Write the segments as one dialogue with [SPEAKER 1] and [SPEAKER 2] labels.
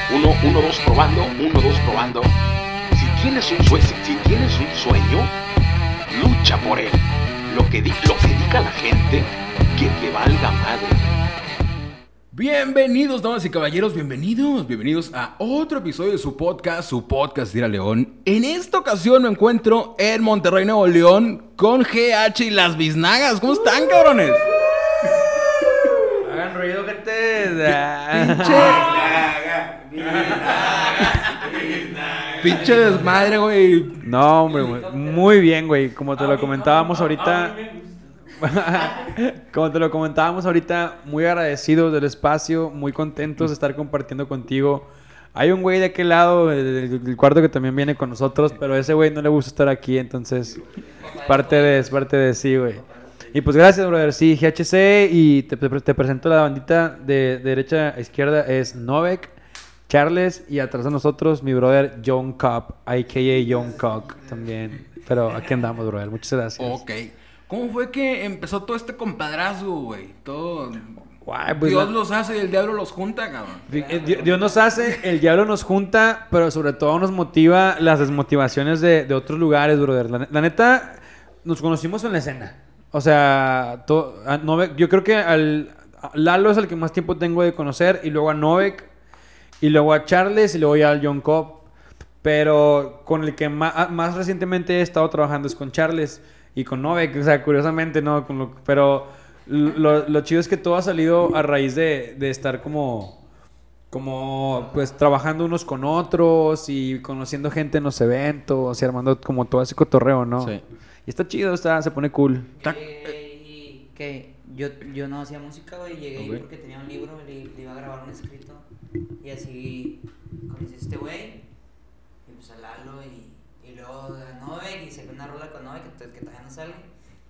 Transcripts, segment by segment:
[SPEAKER 1] Uno, dos, probando. Uno, dos, probando. Si tienes un sueño, lucha por él. Lo que diga la gente, que valga madre.
[SPEAKER 2] Bienvenidos, damas y caballeros, bienvenidos a otro episodio de su podcast Tira León. En esta ocasión me encuentro en Monterrey, Nuevo León, con GH y las Biznagas. ¿Cómo están, cabrones?
[SPEAKER 3] Hagan ruido, gente.
[SPEAKER 2] Pinche desmadre, güey.
[SPEAKER 3] No, hombre, güey. Muy bien, güey. Como te lo comentábamos ahorita. Muy agradecidos del espacio, muy contentos de estar compartiendo contigo. Hay un güey de aquel lado del cuarto que también viene con nosotros, pero a ese güey no le gusta estar aquí, entonces es parte de sí, güey. Y pues gracias, brother. Sí, GHC, y te presento la bandita de derecha a izquierda. Es Novek, Charles, y atrás de nosotros mi brother John Cobb, a.k.a. John Cock también. Pero aquí andamos, brother. Muchas gracias.
[SPEAKER 2] Ok. ¿Cómo fue que empezó todo este compadrazgo, güey? Todo...
[SPEAKER 3] Guay, pues
[SPEAKER 2] Dios los hace y el diablo los junta, cabrón.
[SPEAKER 3] Dios nos hace, el diablo nos junta, pero sobre todo nos motiva las desmotivaciones de otros lugares, brother. La neta, nos conocimos en la escena. O sea, yo creo que a Lalo es el que más tiempo tengo de conocer, y luego a Novek, y luego a Charles, y luego ya al John Cobb. Pero con el que más recientemente he estado trabajando es con Charles y con Novek. O sea, curiosamente, ¿no? Pero lo chido es que todo ha salido a raíz de estar como pues trabajando unos con otros y conociendo gente en los eventos y armando como todo ese cotorreo, ¿no? Sí. Y está chido, se pone cool.
[SPEAKER 4] Y que yo no hacía música, güey. Llegué ahí porque tenía un libro, le iba a grabar un escrito. Y así conocí a este güey. Y pues a Lalo y luego a Novek. Y saqué una rola con Novek que todavía no sale.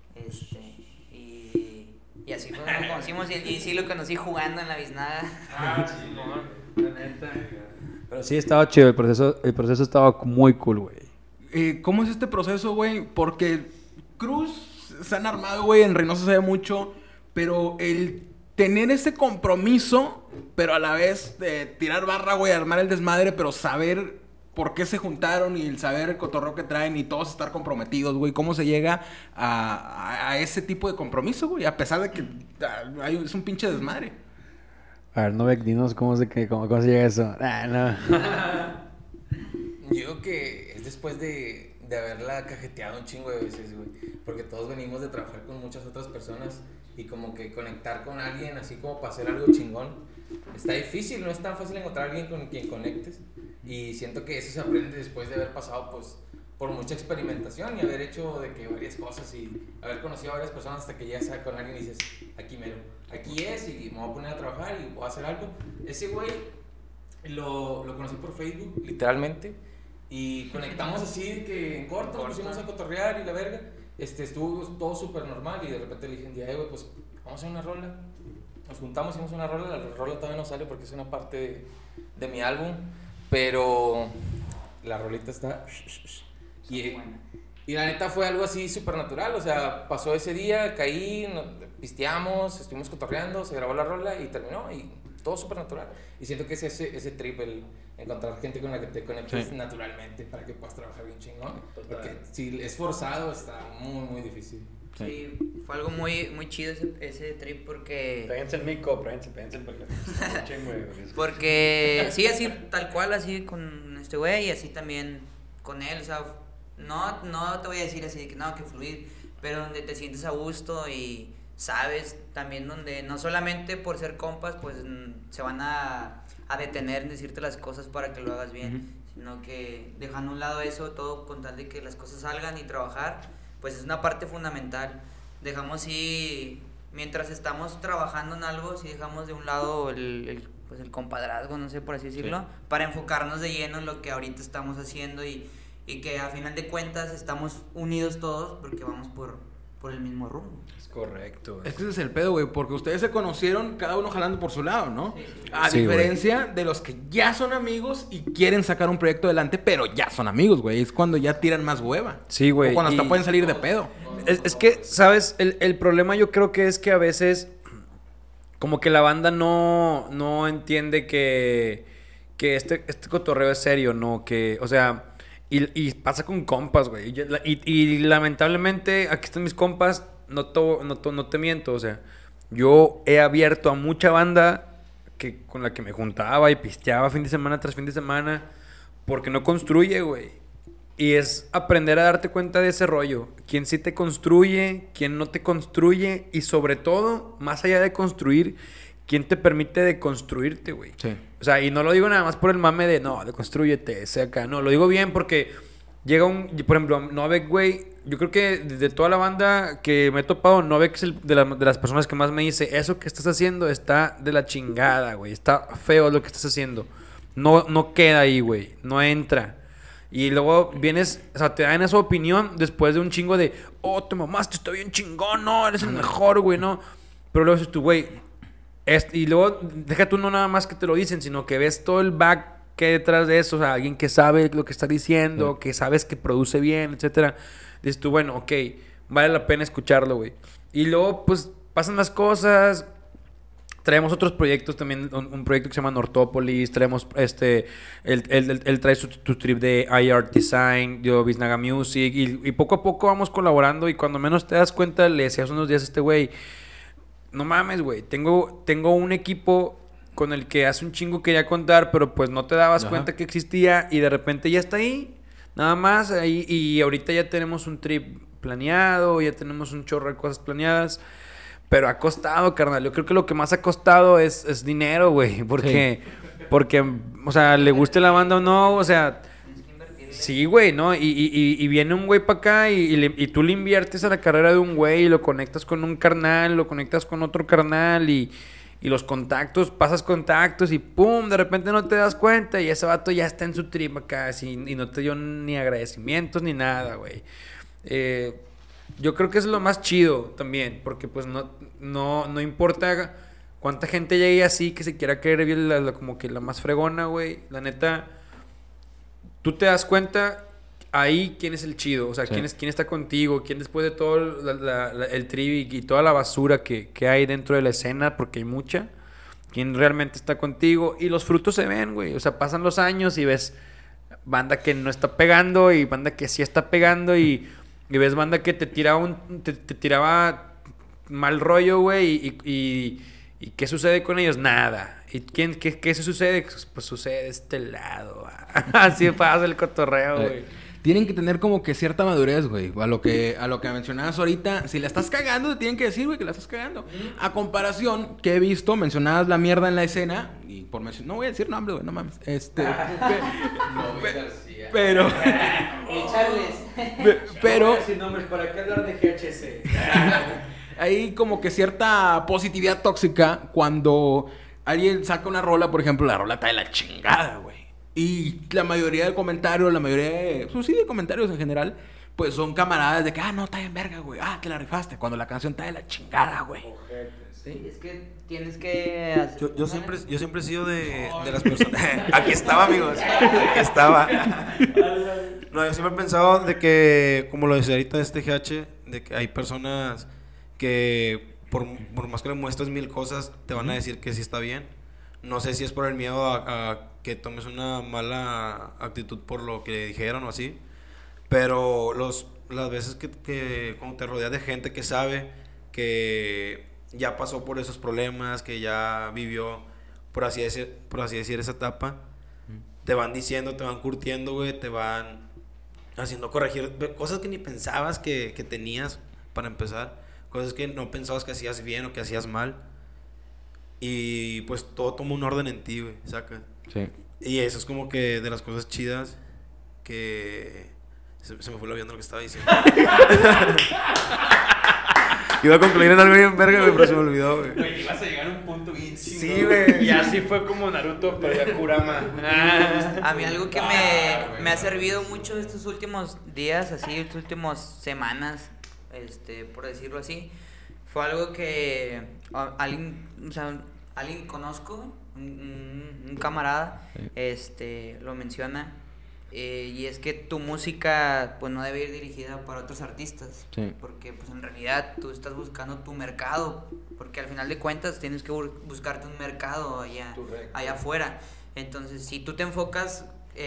[SPEAKER 4] Y así fue como conocimos. Y sí lo conocí jugando en la Biznaga.
[SPEAKER 3] Sí, la neta. Pero sí, estaba chido. El proceso estaba muy cool, güey.
[SPEAKER 2] ¿Cómo es este proceso, güey? Porque Cruz se han armado, güey, en Reynosa se ve mucho, pero el tener ese compromiso, pero a la vez tirar barra, güey, armar el desmadre, pero saber por qué se juntaron y el saber el cotorreo que traen y todos estar comprometidos, güey. ¿Cómo se llega a ese tipo de compromiso, güey? A pesar de que es un pinche desmadre.
[SPEAKER 3] A ver, Novek, dinos cómo se llega a eso. No.
[SPEAKER 5] Yo creo que es después de haberla cajeteado un chingo de veces, güey. Porque todos venimos de trabajar con muchas otras personas y como que conectar con alguien así como para hacer algo chingón está difícil, no es tan fácil encontrar a alguien con quien conectes. Y siento que eso se aprende después de haber pasado pues por mucha experimentación y haber hecho de que varias cosas y haber conocido a varias personas hasta que llegas con alguien y dices, aquí mero, aquí es y me voy a poner a trabajar y voy a hacer algo. Ese güey lo conocí por Facebook, literalmente. Y conectamos así que en corto, nos pusimos a cotorrear y la verga. Estuvo todo súper normal y de repente le dije un día, güey, pues vamos a hacer una rola. Nos juntamos, hicimos una rola. La rola todavía no sale porque es una parte de mi álbum, pero la rolita está... Y la neta fue algo así súper natural, o sea, pasó ese día, caí, pisteamos, estuvimos cotorreando, se grabó la rola y terminó y todo súper natural. Y siento que es ese trip, el encontrar gente con la que te conectes naturalmente para que puedas trabajar bien chingón. Porque si es forzado está muy, muy difícil.
[SPEAKER 4] Sí, fue algo muy, muy chido ese trip porque...
[SPEAKER 3] Péguense el mico,
[SPEAKER 4] porque sí, así, tal cual, así con este güey y así también con él, o sea, no te voy a decir así que no, que fluir, pero donde te sientes a gusto y sabes también donde no solamente por ser compas, pues se van a detener en decirte las cosas para que lo hagas bien, sino que dejando a un lado eso, todo con tal de que las cosas salgan y trabajar, pues es una parte fundamental. Dejamos sí, mientras estamos trabajando en algo, sí dejamos de un lado el compadrazgo, no sé por así decirlo, para enfocarnos de lleno en lo que ahorita estamos haciendo y que a final de cuentas estamos unidos todos porque vamos por el mismo rumbo.
[SPEAKER 3] Es correcto.
[SPEAKER 2] Es que ese es el pedo, güey, porque ustedes se conocieron cada uno jalando por su lado, ¿no?
[SPEAKER 4] Sí.
[SPEAKER 2] A diferencia de los que ya son amigos y quieren sacar un proyecto adelante, pero ya son amigos, güey. Es cuando ya tiran más hueva.
[SPEAKER 3] Sí, güey.
[SPEAKER 2] O cuando hasta pueden salir de pedo.
[SPEAKER 3] Es que, ¿sabes? El problema yo creo que es que a veces como que la banda no entiende que que este cotorreo es serio, ¿no? Que, o sea, y pasa con compas, güey. Y lamentablemente, aquí están mis compas, no te miento, o sea, yo he abierto a mucha banda con la que me juntaba y pisteaba fin de semana tras fin de semana, porque no construye, güey. Y es aprender a darte cuenta de ese rollo. Quién sí te construye, quién no te construye, y sobre todo, más allá de construir, quién te permite deconstruirte, güey.
[SPEAKER 2] Sí.
[SPEAKER 3] O sea, y no lo digo nada más por el mame de, no, deconstrúyete, sea acá. No, lo digo bien porque llega por ejemplo, Novek, güey, yo creo que de toda la banda que me he topado, Novek es de las personas que más me dice, eso que estás haciendo está de la chingada, güey. Está feo lo que estás haciendo. No queda ahí, güey. No entra. Y luego vienes, o sea, te dan esa opinión después de un chingo de, oh, te mamaste, estoy bien chingón, no, eres el mejor, güey, no. Pero luego dices tú, güey, y luego deja tú no nada más que te lo dicen, sino que ves todo el back que hay detrás de eso, o sea, alguien que sabe lo que está diciendo, que sabes que produce bien, etcétera. Dices tú, bueno, ok, vale la pena escucharlo, güey. Y luego, pues, pasan las cosas. Traemos otros proyectos también, un proyecto que se llama Nortópolis, traemos él trae su trip de iArt Design, yo Biznaga Music, y poco a poco vamos colaborando, y cuando menos te das cuenta, le decías unos días a este güey, no mames, güey, tengo un equipo con el que hace un chingo quería contar, pero pues no te dabas cuenta que existía, y de repente ya está ahí, nada más, ahí, y ahorita ya tenemos un trip planeado, ya tenemos un chorro de cosas planeadas. Pero ha costado, carnal. Yo creo que lo que más ha costado es dinero, güey. Porque, o sea, le guste la banda o no, o sea... Sí, güey, ¿no? Y viene un güey para acá y tú le inviertes a la carrera de un güey y lo conectas con un carnal, lo conectas con otro carnal y los contactos, pasas contactos y ¡pum! De repente no te das cuenta y ese vato ya está en su trip acá y no te dio ni agradecimientos ni nada, güey. Yo creo que es lo más chido también, porque pues no importa cuánta gente llegue así que se quiera creer bien como que la más fregona, güey. La neta, tú te das cuenta ahí quién es el chido, o sea, quién está contigo, quién después de todo el trivi y toda la basura que hay dentro de la escena, porque hay mucha, quién realmente está contigo, y los frutos se ven, güey. O sea, pasan los años y ves banda que no está pegando y banda que sí está pegando y ves banda que te tiraba mal rollo, güey, y ¿qué sucede con ellos? Nada. ¿Y qué se sucede? Pues sucede de este lado. Así pasa el cotorreo, güey.
[SPEAKER 2] Tienen que tener como que cierta madurez, güey. A lo que mencionabas ahorita. Si la estás cagando, te tienen que decir, güey, que la estás cagando. A comparación, que he visto, mencionabas la mierda en la escena. Y por mencionar... No voy a decir nombre, güey, no mames. Pero...
[SPEAKER 3] Pero... Sin nombres, ¿para qué hablar de GHC?
[SPEAKER 2] Hay como que cierta positividad tóxica cuando alguien saca una rola, por ejemplo, la rola está de la chingada, güey. Y la mayoría de comentarios, pues sí, de comentarios en general, pues son camaradas de que, no, está bien verga, güey. Te la rifaste. Cuando la canción está de la chingada, güey.
[SPEAKER 4] Sí, es que tienes que...
[SPEAKER 6] Yo siempre he sido de las personas... Aquí estaba, amigos. Aquí estaba. No, yo siempre he pensado de que, como lo decía ahorita este GH, de que hay personas que por más que le muestres 1000 cosas, te van a decir que sí está bien. No sé si es por el miedo a que tomes una mala actitud por lo que dijeron o así. Pero las veces que como te rodeas de gente que sabe, que ya pasó por esos problemas, que ya vivió, por así decir, esa etapa, te van diciendo, te van curtiendo, güey, te van haciendo corregir cosas que ni pensabas que tenías para empezar, cosas que no pensabas que hacías bien o que hacías mal, y pues todo toma un orden en ti, güey, saca.
[SPEAKER 2] Sí. Y
[SPEAKER 6] eso es como que de las cosas chidas que... Se me fue olvidando lo que estaba diciendo. Iba a concluir en algo bien verga, güey, pero se me olvidó, güey.
[SPEAKER 5] Güey, ibas a llegar a un punto bien chingón.
[SPEAKER 6] Sí, güey.
[SPEAKER 3] Y así fue como Naruto perdió a Kurama.
[SPEAKER 4] A mí algo que me ha servido mucho estos últimos días, así, estas últimas semanas, por decirlo así, fue algo que alguien conozco, un camarada, lo menciona. Y es que tu música pues no debe ir dirigida para otros artistas,
[SPEAKER 2] sí.
[SPEAKER 4] Porque pues en realidad tú estás buscando tu mercado, porque al final de cuentas tienes que buscarte un mercado allá afuera. Entonces, si tú te enfocas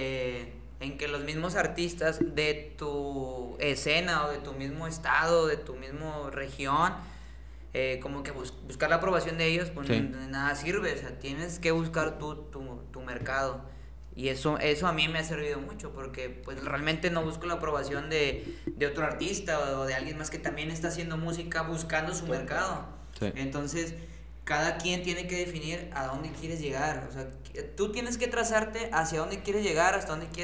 [SPEAKER 4] en que los mismos artistas de tu escena o de tu mismo estado, de tu misma región, como que buscar la aprobación de ellos, pues
[SPEAKER 2] Sí.
[SPEAKER 4] de nada sirve. O sea, tienes que buscar tu mercado. Y eso a mí me ha servido mucho, porque pues realmente no busco la aprobación de otro artista o de alguien más que también está haciendo música buscando su mercado.
[SPEAKER 2] Sí.
[SPEAKER 4] Entonces, cada quien tiene que definir a dónde quieres llegar. O sea, tú tienes que trazarte hacia dónde quieres llegar, hasta dónde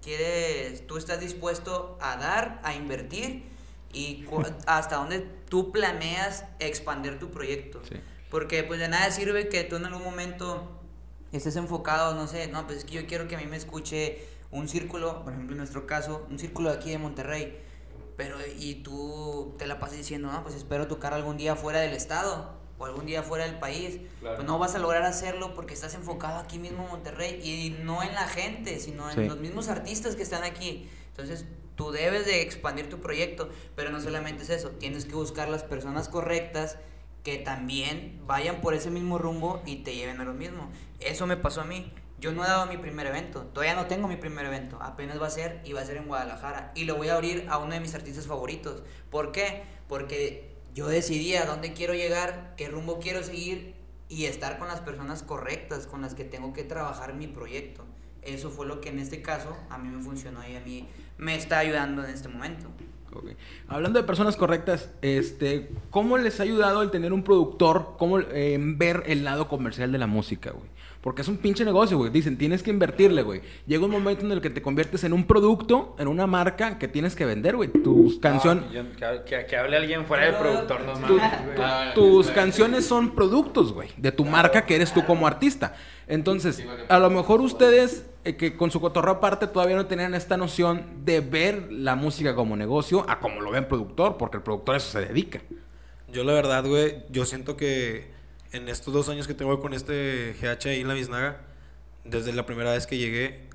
[SPEAKER 4] tú estás dispuesto a dar, a invertir y hasta dónde tú planeas expandir tu proyecto.
[SPEAKER 2] Sí.
[SPEAKER 4] Porque pues de nada sirve que tú en algún momento estés enfocado, no sé, no, pues es que yo quiero que a mí me escuche un círculo, por ejemplo en nuestro caso, un círculo de aquí de Monterrey, pero y tú te la pasas diciendo, no, pues espero tocar algún día fuera del estado o algún día fuera del país,
[SPEAKER 3] Claro.
[SPEAKER 4] pues no vas a lograr hacerlo porque estás enfocado aquí mismo en Monterrey y no en la gente, sino en
[SPEAKER 2] Sí.
[SPEAKER 4] los mismos artistas que están aquí. Entonces tú debes de expandir tu proyecto, pero no solamente es eso, tienes que buscar las personas correctas que también vayan por ese mismo rumbo y te lleven a lo mismo. Eso me pasó a mí. Yo no he dado mi primer evento, todavía no tengo mi primer evento, apenas va a ser y va a ser en Guadalajara y lo voy a abrir a uno de mis artistas favoritos. ¿Por qué? Porque yo decidí a dónde quiero llegar, qué rumbo quiero seguir y estar con las personas correctas con las que tengo que trabajar mi proyecto. Eso fue lo que en este caso a mí me funcionó y a mí me está ayudando en este momento.
[SPEAKER 2] Ok. Hablando de personas correctas, ¿cómo les ha ayudado el tener un productor? ¿Cómo ver el lado comercial de la música, güey? Porque es un pinche negocio, güey. Dicen, tienes que invertirle, güey. Llega un momento en el que te conviertes en un producto, en una marca que tienes que vender, güey. Tus canciones...
[SPEAKER 3] Que hable alguien fuera del productor, no
[SPEAKER 2] Tu-
[SPEAKER 3] mames, güey.
[SPEAKER 2] tus canciones son productos, güey, de tu marca que eres tú como artista. Entonces, a lo mejor ustedes que con su cotorreo aparte todavía no tenían esta noción de ver la música como negocio a como lo ven productor, porque el productor a eso se dedica.
[SPEAKER 6] Yo la verdad, güey, yo siento que en estos 2 años que tengo con este GH ahí en la Biznaga, desde la primera vez que llegué,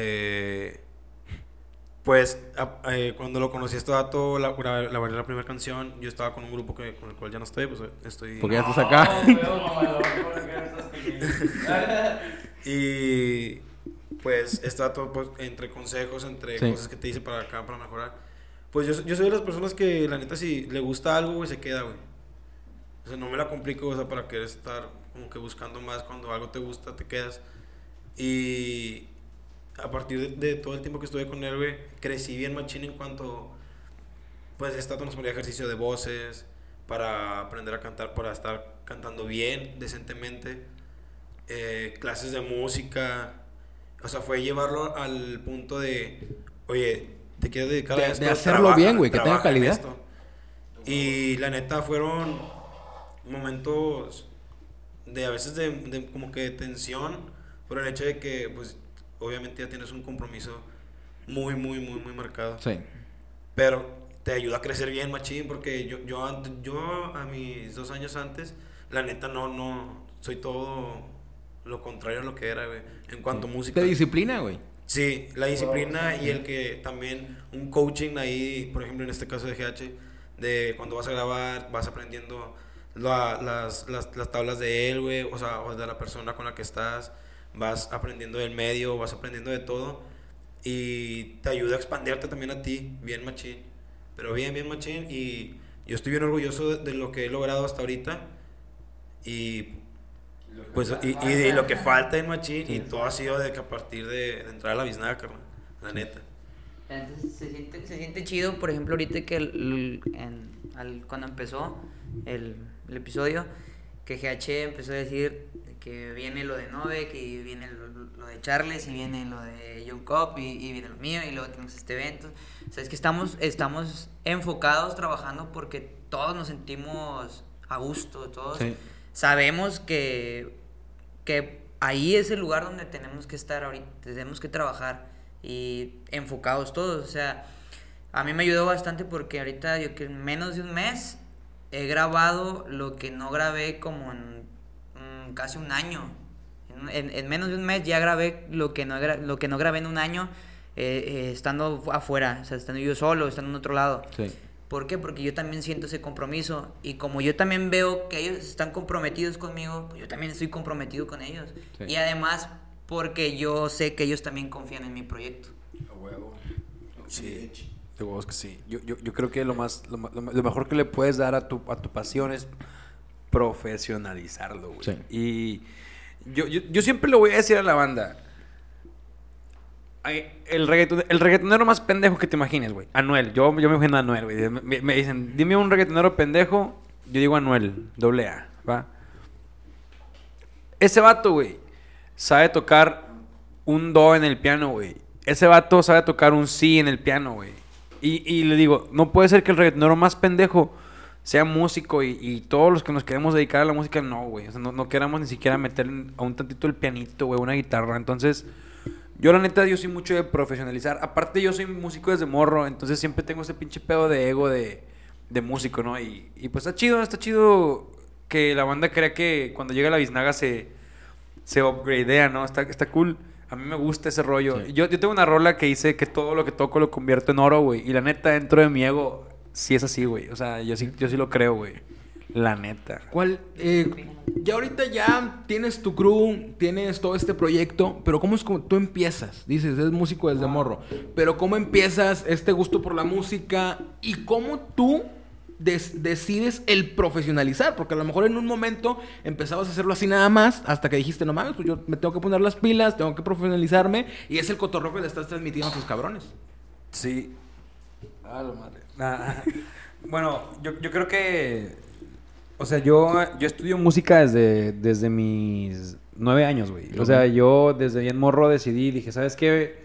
[SPEAKER 6] pues cuando lo conocí a este dato, la primera canción, yo estaba con un grupo con el cual ya no estoy, pues estoy...
[SPEAKER 2] Porque ya estás acá.
[SPEAKER 6] Y pues está todo pues, entre consejos, entre
[SPEAKER 2] Sí.
[SPEAKER 6] cosas que te dice para acá, para mejorar. Pues yo soy de las personas que la neta si le gusta algo, güey, se queda, güey. O sea, no me la complico, o sea, para querer estar como que buscando más. Cuando algo te gusta, te quedas. Y a partir de todo el tiempo que estuve con él, güey, crecí bien machín en cuanto... Pues esta nos ponía ejercicio de voces para aprender a cantar, para estar cantando bien, decentemente. Clases de música. O sea, fue llevarlo al punto de, oye, te quieres dedicar a esto,
[SPEAKER 2] de hacerlo bien, güey, que tenga
[SPEAKER 6] trabaja en
[SPEAKER 2] calidad.
[SPEAKER 6] esto. Y la neta fueron momentos de a veces de como que tensión por el hecho de que, pues, obviamente ya tienes un compromiso muy marcado.
[SPEAKER 2] Sí.
[SPEAKER 6] Pero te ayuda a crecer bien, machín, porque yo a mis 2 años antes, la neta no soy todo lo contrario a lo que era, güey, en cuanto a música.
[SPEAKER 2] De disciplina, güey.
[SPEAKER 6] Sí, la disciplina y el que también un coaching ahí, por ejemplo en este caso de GH, de cuando vas a grabar, vas aprendiendo las tablas de él, güey, o sea, o de la persona con la que estás, vas aprendiendo del medio, vas aprendiendo de todo y te ayuda a expandirte también a ti, bien machín, pero bien machín, y yo estoy bien orgulloso de lo que he logrado hasta ahorita y pues y lo que falta en machín y todo ha sido de que a partir de entrar a la Biznaga, carnal, la neta.
[SPEAKER 4] Entonces se siente chido, por ejemplo, ahorita que cuando empezó el episodio, que GH empezó a decir que viene lo de Nove, que viene lo de Charles, y viene lo de John Cop, y viene lo mío, y luego tenemos este evento. O sea, es que estamos enfocados trabajando porque todos nos sentimos a gusto, todos
[SPEAKER 2] Sí.
[SPEAKER 4] sabemos que ahí es el lugar donde tenemos que estar ahorita, tenemos que trabajar y enfocados todos. O sea, a mí me ayudó bastante porque ahorita yo que en menos de un mes he grabado lo que no grabé como en casi un año. En menos de un mes ya grabé lo que no grabé en un año estando afuera, o sea, estando yo solo, estando en otro lado.
[SPEAKER 2] Sí.
[SPEAKER 4] ¿Por qué? Porque yo también siento ese compromiso y como yo también veo que ellos están comprometidos conmigo, pues yo también estoy comprometido con ellos.
[SPEAKER 2] Sí.
[SPEAKER 4] Y además porque yo sé que ellos también confían en mi proyecto.
[SPEAKER 7] A huevo. Sí, de huevos que sí. Yo creo que lo mejor que le puedes dar a tu pasión es profesionalizarlo, güey.
[SPEAKER 2] Sí.
[SPEAKER 7] Y yo siempre le voy a decir a la banda, el reggaetonero más pendejo que te imagines, güey. Anuel. Yo me imagino a Anuel, güey. Me dicen, dime un reggaetonero pendejo. Yo digo Anuel, AA, ¿va? Ese vato, güey, sabe tocar un do en el piano, güey. Ese vato sabe tocar un si en el piano, güey. Y le digo, no puede ser que el reggaetonero más pendejo sea músico y todos los que nos queremos dedicar a la música, no, güey. O sea, no queramos ni siquiera meter a un tantito el pianito, güey, una guitarra. Entonces, yo la neta, yo soy mucho de profesionalizar. Aparte, yo soy músico desde morro, entonces siempre tengo ese pinche pedo de ego de músico, ¿no? Y pues está chido que la banda crea que cuando llega la biznaga se upgradea, ¿no? Está cool. A mí me gusta ese rollo.
[SPEAKER 2] Sí.
[SPEAKER 7] Yo tengo una rola que dice que todo lo que toco lo convierto en oro, güey. Y la neta, dentro de mi ego, sí es así, güey. O sea, yo sí lo creo, güey. La neta.
[SPEAKER 2] ¿Cuál? Ya ahorita ya tienes tu crew, tienes todo este proyecto, pero ¿cómo es como tú empiezas? Dices, eres músico desde morro, pero ¿cómo empiezas este gusto por la música y cómo tú decides el profesionalizar? Porque a lo mejor en un momento empezabas a hacerlo así nada más, hasta que dijiste, no mames, pues yo me tengo que poner las pilas, tengo que profesionalizarme, y es el cotorreo que le estás transmitiendo a tus cabrones.
[SPEAKER 7] Sí. Ah, la madre. Bueno, yo creo que... O sea, yo estudio música desde mis 9 años, güey. O sea, yo desde bien morro dije, ¿sabes qué?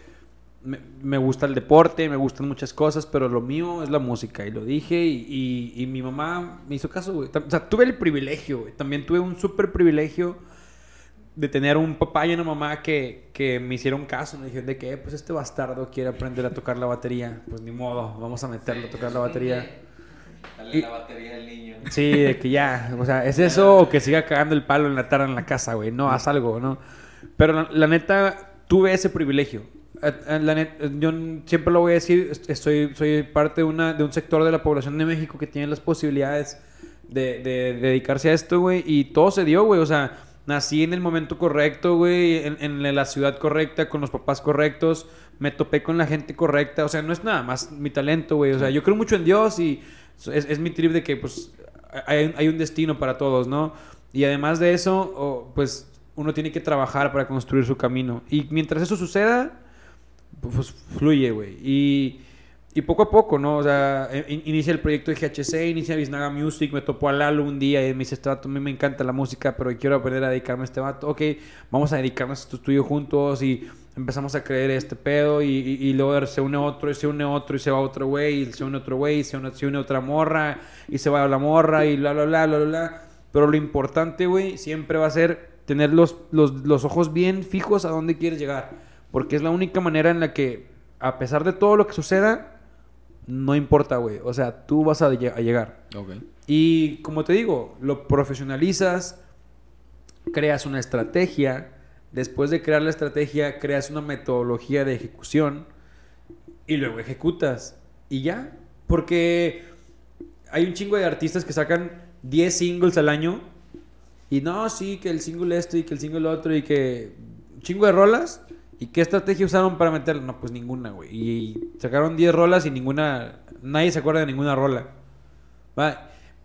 [SPEAKER 7] Me gusta el deporte, me gustan muchas cosas, pero lo mío es la música. Y lo dije y mi mamá me hizo caso, güey. O sea, tuve el privilegio, güey. También tuve un súper privilegio de tener un papá y una mamá que me hicieron caso. Me dijeron de que, pues este bastardo quiere aprender a tocar la batería. Pues ni modo, vamos a meterlo a tocar la batería.
[SPEAKER 5] Dale la batería al niño.
[SPEAKER 7] Sí, de que ya, o sea, ¿es eso o que siga cagando el palo en la tarde en la casa, güey? No, haz algo, ¿no? Pero la neta, tuve ese privilegio. La neta, yo siempre lo voy a decir, soy parte de un sector de la población de México que tiene las posibilidades de dedicarse a esto, güey. Y todo se dio, güey. O sea, nací en el momento correcto, güey, en la ciudad correcta, con los papás correctos. Me topé con la gente correcta. O sea, no es nada más mi talento, güey. O sea, yo creo mucho en Dios y... Es mi trip de que, pues, hay un destino para todos, ¿no? Y además de eso, pues, uno tiene que trabajar para construir su camino. Y mientras eso suceda, pues, fluye, güey. Y poco a poco, ¿no? O sea, inicia el proyecto de GHC, inicia Biznaga Music, me topó a Lalo un día y me dice, este vato, a mí me encanta la música, pero quiero aprender a dedicarme a este vato. Ok, vamos a dedicarnos a tu estudio juntos y... Empezamos a creer este pedo y luego se une otro y se une otro y se va otro güey y se une otro güey y se une otra morra y se va la morra y bla, bla, bla, bla, bla. Pero lo importante, güey, siempre va a ser tener los ojos bien fijos a dónde quieres llegar. Porque es la única manera en la que, a pesar de todo lo que suceda, no importa, güey. O sea, tú vas a llegar.
[SPEAKER 2] Okay.
[SPEAKER 7] Y como te digo, lo profesionalizas, creas una estrategia. Después de crear la estrategia, creas una metodología de ejecución y luego ejecutas. Y ya. Porque hay un chingo de artistas que sacan 10 singles al año. Y no, sí, que el single esto y que el single otro y que... Un chingo de rolas. ¿Y qué estrategia usaron para meterla? No, pues ninguna, güey. Y sacaron 10 rolas y ninguna... Nadie se acuerda de ninguna rola. ¿Va?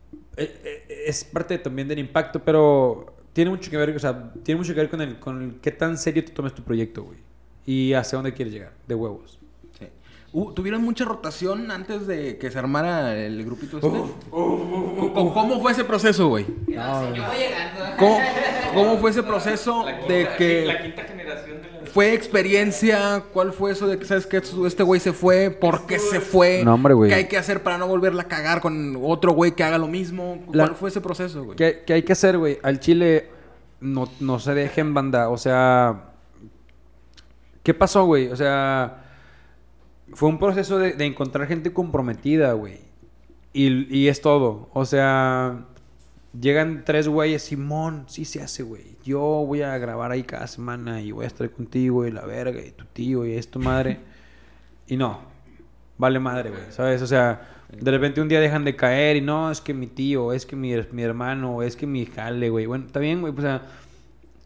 [SPEAKER 7] Es parte también del impacto, pero... Tiene mucho que ver, o sea, tiene mucho que ver con el qué tan serio te tomes tu proyecto, güey. Y hacia dónde quieres llegar, de huevos.
[SPEAKER 2] Sí. ¿Tuvieron mucha rotación antes de que se armara el grupito este? ¿Cómo fue ese proceso, güey?
[SPEAKER 4] No, yo voy llegando.
[SPEAKER 2] ¿Cómo fue ese proceso de que...
[SPEAKER 5] La quinta generación de la...
[SPEAKER 2] ¿Fue experiencia? ¿Cuál fue eso de que, sabes que este güey se fue? ¿Por qué se fue?
[SPEAKER 7] No, hombre, güey.
[SPEAKER 2] ¿Qué hay que hacer para no volverla a cagar con otro güey que haga lo mismo? ¿Cuál fue ese proceso, güey?
[SPEAKER 7] ¿Qué hay que hacer, güey? Al chile no se dejen, banda. O sea... ¿Qué pasó, güey? O sea... Fue un proceso de encontrar gente comprometida, güey. Y es todo. O sea... Llegan 3 güeyes, Simón, sí se hace, güey. Yo voy a grabar ahí cada semana y voy a estar contigo y la verga y tu tío y es tu madre. Y no, vale madre, güey, ¿sabes? O sea, de repente un día dejan de caer y no, es que mi tío, es que mi hermano, es que mi jale, güey. Bueno, está bien, güey, o sea,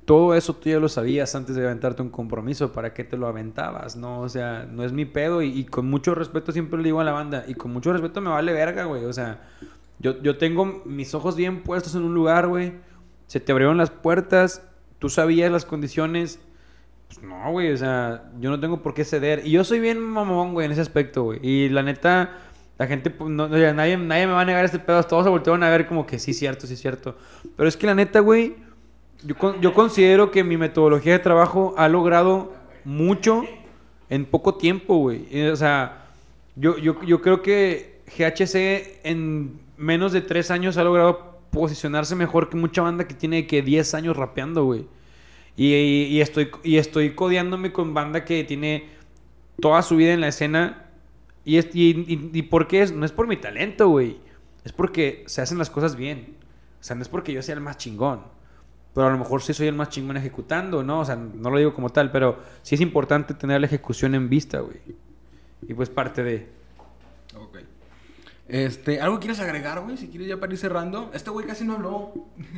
[SPEAKER 3] todo eso tú ya lo sabías antes de aventarte un compromiso. ¿Para qué te lo aventabas? No, o sea, no es mi pedo. Y con mucho respeto siempre le digo a la banda. Y con mucho respeto me vale verga, güey. O sea, yo tengo mis ojos bien puestos en un lugar, güey. Se te abrieron las puertas. Tú sabías las condiciones. Pues no, güey. O sea, yo no tengo por qué ceder. Y yo soy bien mamón, güey, en ese aspecto, güey. Y la neta, la gente, pues, nadie me va a negar este pedo. Todos se voltearon a ver como que sí, cierto, sí, cierto. Pero es que la neta, güey... Yo considero que mi metodología de trabajo ha logrado mucho en poco tiempo, güey. O sea, yo creo que GHC en menos de 3 años ha logrado posicionarse mejor que mucha banda que tiene que 10 años rapeando, güey. Y estoy codeándome con banda que tiene toda su vida en la escena. ¿Y por qué? No es por mi talento, güey. Es porque se hacen las cosas bien. O sea, no es porque yo sea el más chingón. Pero a lo mejor sí soy el más chingón ejecutando, ¿no? O sea, no lo digo como tal, pero sí es importante tener la ejecución en vista, güey. Y pues parte de...
[SPEAKER 2] Ok. ¿Algo quieres agregar, güey? Si quieres ya para ir cerrando. Este güey casi no habló.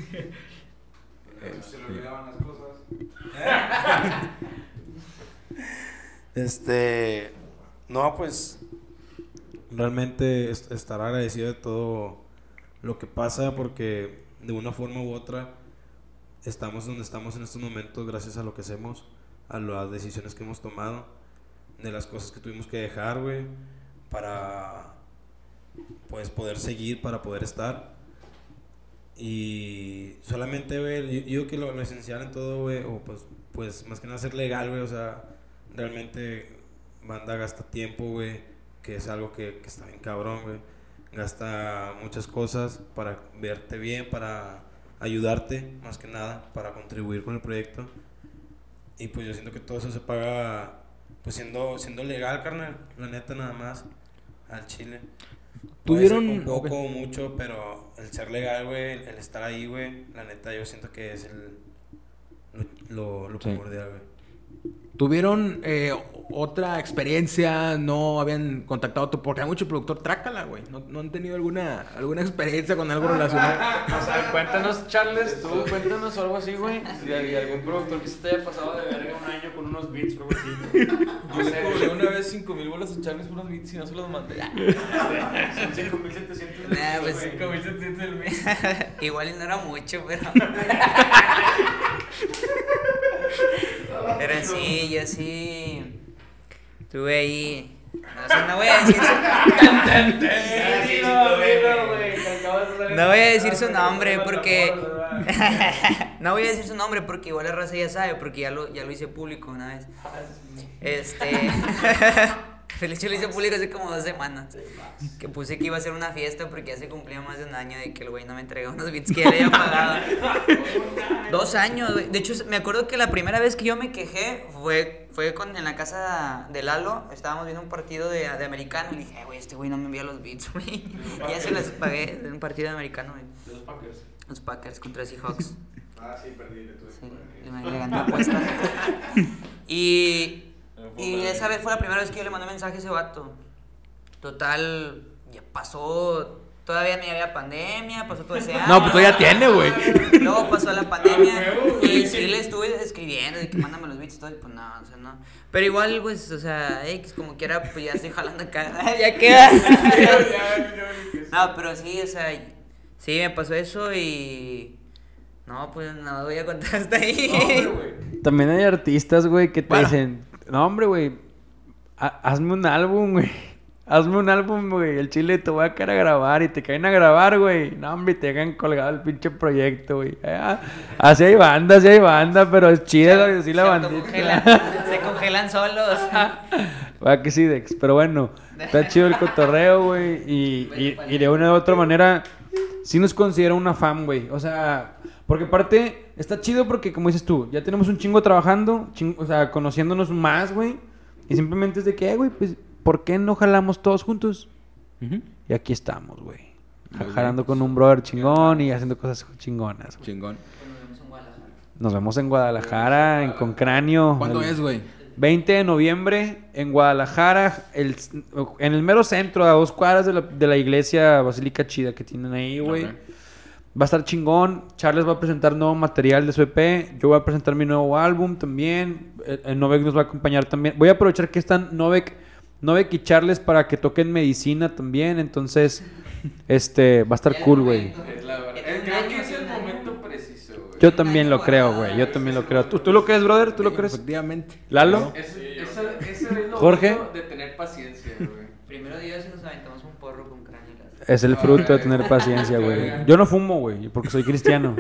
[SPEAKER 6] Se le olvidaban las cosas. No, pues... Realmente estar agradecido de todo lo que pasa porque de una forma u otra... Estamos donde estamos en estos momentos gracias a lo que hacemos, a las decisiones que hemos tomado, de las cosas que tuvimos que dejar, güey, para pues poder seguir, para poder estar. Y solamente, güey, yo digo que lo esencial en todo, güey, o pues más que nada ser legal, güey, o sea, realmente banda gasta tiempo, güey, que es algo que está bien cabrón, güey. Gasta muchas cosas para verte bien, para ayudarte, más que nada, para contribuir con el proyecto. Y pues yo siento que todo eso se paga, pues siendo legal, carnal, la neta, nada más, al chile.
[SPEAKER 2] ¿Tuvieron
[SPEAKER 6] un poco o mucho, pero el ser legal, güey, el estar ahí, güey, la neta, yo siento que es lo primordial, güey.
[SPEAKER 2] ¿Tuvieron otra experiencia? ¿No habían contactado? Porque hay mucho productor, trácala, güey. ¿No han tenido alguna experiencia con algo relacionado?
[SPEAKER 3] O sea, cuéntanos, Charles, tú, cuéntanos algo así, güey. Si hay algún productor que se te haya pasado de verga un año con unos beats o algo así.
[SPEAKER 8] Yo le cobré una vez 5,000 bolas a Charles por unos beats y no se los mandé.
[SPEAKER 3] Son 5,700.
[SPEAKER 4] Nah, pues
[SPEAKER 8] 5,700 el mes.
[SPEAKER 4] igual y no era mucho, pero... Pero sí, yo sí... Estuve ahí... No voy a decir No voy a decir su nombre porque... No voy a decir su nombre porque igual la raza ya sabe, porque ya lo hice público una vez. Feliz lo hice público hace como 2 semanas. Que puse que iba a hacer una fiesta porque ya se cumplía más de 1 año de que el güey no me entregó unos beats que ya le había pagado. 2 años, güey. De hecho, me acuerdo que la primera vez que yo me quejé fue en la casa de Lalo. Estábamos viendo un partido de americano y le dije, güey, este güey no me envía los beats, güey. Y ya se los pagué en un partido de americano, güey. Los Packers contra Seahawks.
[SPEAKER 6] Sí, perdí.
[SPEAKER 4] Le gané la apuesta. Y esa vez fue la primera vez que yo le mandé mensaje a ese vato. Total, ya pasó. Todavía ni había pandemia, pasó todo ese año.
[SPEAKER 2] No, pues todavía tiene, güey.
[SPEAKER 4] Luego pasó la pandemia. Y sí le estuve escribiendo de que mándame los beats y todo. Y pues no, o sea, no. Pero igual, pues, o sea, como quiera, pues ya estoy jalando acá. Ya queda. No, pero sí, o sea, sí me pasó eso y. No, pues no voy a contar hasta ahí.
[SPEAKER 3] También hay artistas, güey, que te dicen, no, hombre, güey, hazme un álbum, güey. Hazme un álbum, güey. El chile te voy a caer a grabar y te caen a grabar, güey. No, hombre, te dejan colgado el pinche proyecto, güey. Así hay banda, pero es chida, güey. Así la bandita.
[SPEAKER 4] Se congelan solos.
[SPEAKER 3] Va que sí, Dex. Pero bueno, está chido el cotorreo, güey. Y de una u otra manera, sí nos considera una fan, güey. O sea, porque aparte, está chido porque, como dices tú, ya tenemos un chingo trabajando, o sea, conociéndonos más, güey. Y simplemente es de que, güey, pues, ¿por qué no jalamos todos juntos? Y aquí estamos, güey. Jalando con un brother chingón y haciendo cosas chingonas. Güey.
[SPEAKER 2] Chingón.
[SPEAKER 3] Nos vemos en Guadalajara, en Concráneo.
[SPEAKER 2] ¿Cuándo es, güey?
[SPEAKER 3] 20 de noviembre en Guadalajara, en el mero centro, a 2 cuadras de la iglesia Basílica Chida que tienen ahí, güey.
[SPEAKER 2] Okay.
[SPEAKER 3] Va a estar chingón. Charles va a presentar nuevo material de su EP. Yo voy a presentar mi nuevo álbum también. El Novek nos va a acompañar también. Voy a aprovechar que están Novek y Charles para que toquen medicina también. Entonces, va a estar cool, güey.
[SPEAKER 8] Creo que es el momento preciso, güey.
[SPEAKER 3] Yo también lo creo, güey. Yo también lo creo. ¿Tú lo crees, brother? ¿Tú lo crees?
[SPEAKER 2] Efectivamente.
[SPEAKER 3] ¿Lalo?
[SPEAKER 8] Ese es lo
[SPEAKER 3] Jorge.
[SPEAKER 8] bonito de tener paciencia, güey.
[SPEAKER 4] Primero Dios y nos aventamos un porro con cráneo.
[SPEAKER 3] Es el fruto de tener paciencia, güey. Yo no fumo, güey, porque soy cristiano.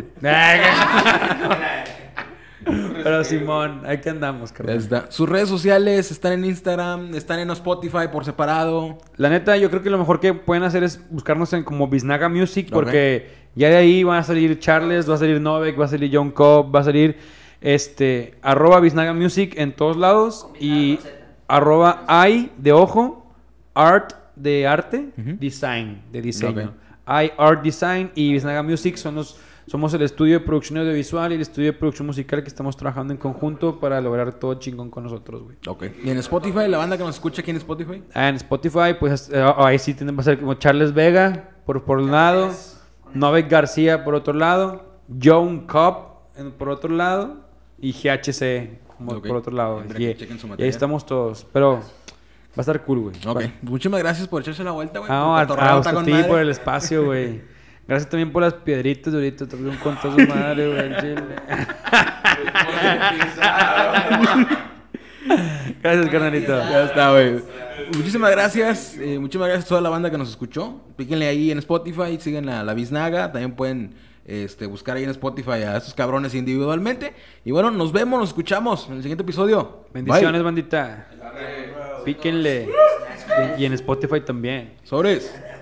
[SPEAKER 3] Pero Simón, ahí que andamos,
[SPEAKER 2] Ya
[SPEAKER 3] carnal.
[SPEAKER 2] está. Sus redes sociales están en Instagram, están en Spotify por separado.
[SPEAKER 3] La neta, yo creo que lo mejor que pueden hacer es buscarnos en como Biznaga Music, porque ya de ahí van a salir Charles, va a salir Novek, va a salir John Cobb, va a salir @Biznaga Music en todos lados y @I de ojo, art de arte, design de diseño. I Art Design y Biznaga Music somos el estudio de producción audiovisual y el estudio de producción musical que estamos trabajando en conjunto para lograr todo chingón con nosotros, güey.
[SPEAKER 2] Ok. ¿Y en Spotify, la banda que nos escucha aquí en Spotify?
[SPEAKER 3] En Spotify, pues ahí sí tienen que ser como Charles Vega por un lado, Novek García por otro lado, John Cobb por otro lado y GHC como por otro lado.
[SPEAKER 2] Chequen su
[SPEAKER 3] Y ahí
[SPEAKER 2] material.
[SPEAKER 3] estamos todos. Pero va a estar cool, güey.
[SPEAKER 2] Ok. Muchísimas gracias por echarse la vuelta, güey.
[SPEAKER 3] No,
[SPEAKER 2] Tu cotorreo está
[SPEAKER 3] a
[SPEAKER 2] con
[SPEAKER 3] ti
[SPEAKER 2] madre.
[SPEAKER 3] por el espacio, güey. Gracias también por las piedritas de ahorita. Te un con toda su madre, güey. al chile. Gracias, carnalito.
[SPEAKER 2] Ya está, güey. Muchísimas gracias. Muchísimas gracias a toda la banda que nos escuchó. Píquenle ahí en Spotify, siguen a la Biznaga. También pueden buscar ahí en Spotify a estos cabrones individualmente. Y bueno, nos vemos, nos escuchamos en el siguiente episodio.
[SPEAKER 3] Bendiciones,
[SPEAKER 2] Bye.
[SPEAKER 3] bandita. Píquenle. Y en Spotify también.
[SPEAKER 2] Sobres.